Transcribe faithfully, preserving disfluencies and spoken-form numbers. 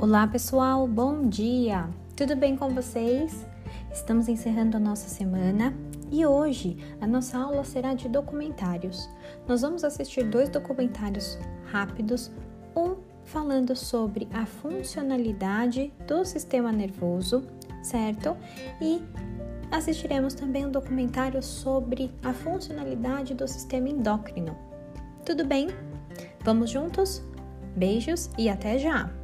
Olá pessoal, bom dia! Tudo bem com vocês? Estamos encerrando a nossa semana e hoje a nossa aula será de documentários. Nós vamos assistir dois documentários rápidos, um falando sobre a funcionalidade do sistema nervoso, certo? E assistiremos também um documentário sobre a funcionalidade do sistema endócrino. Tudo bem? Vamos juntos? Beijos e até já!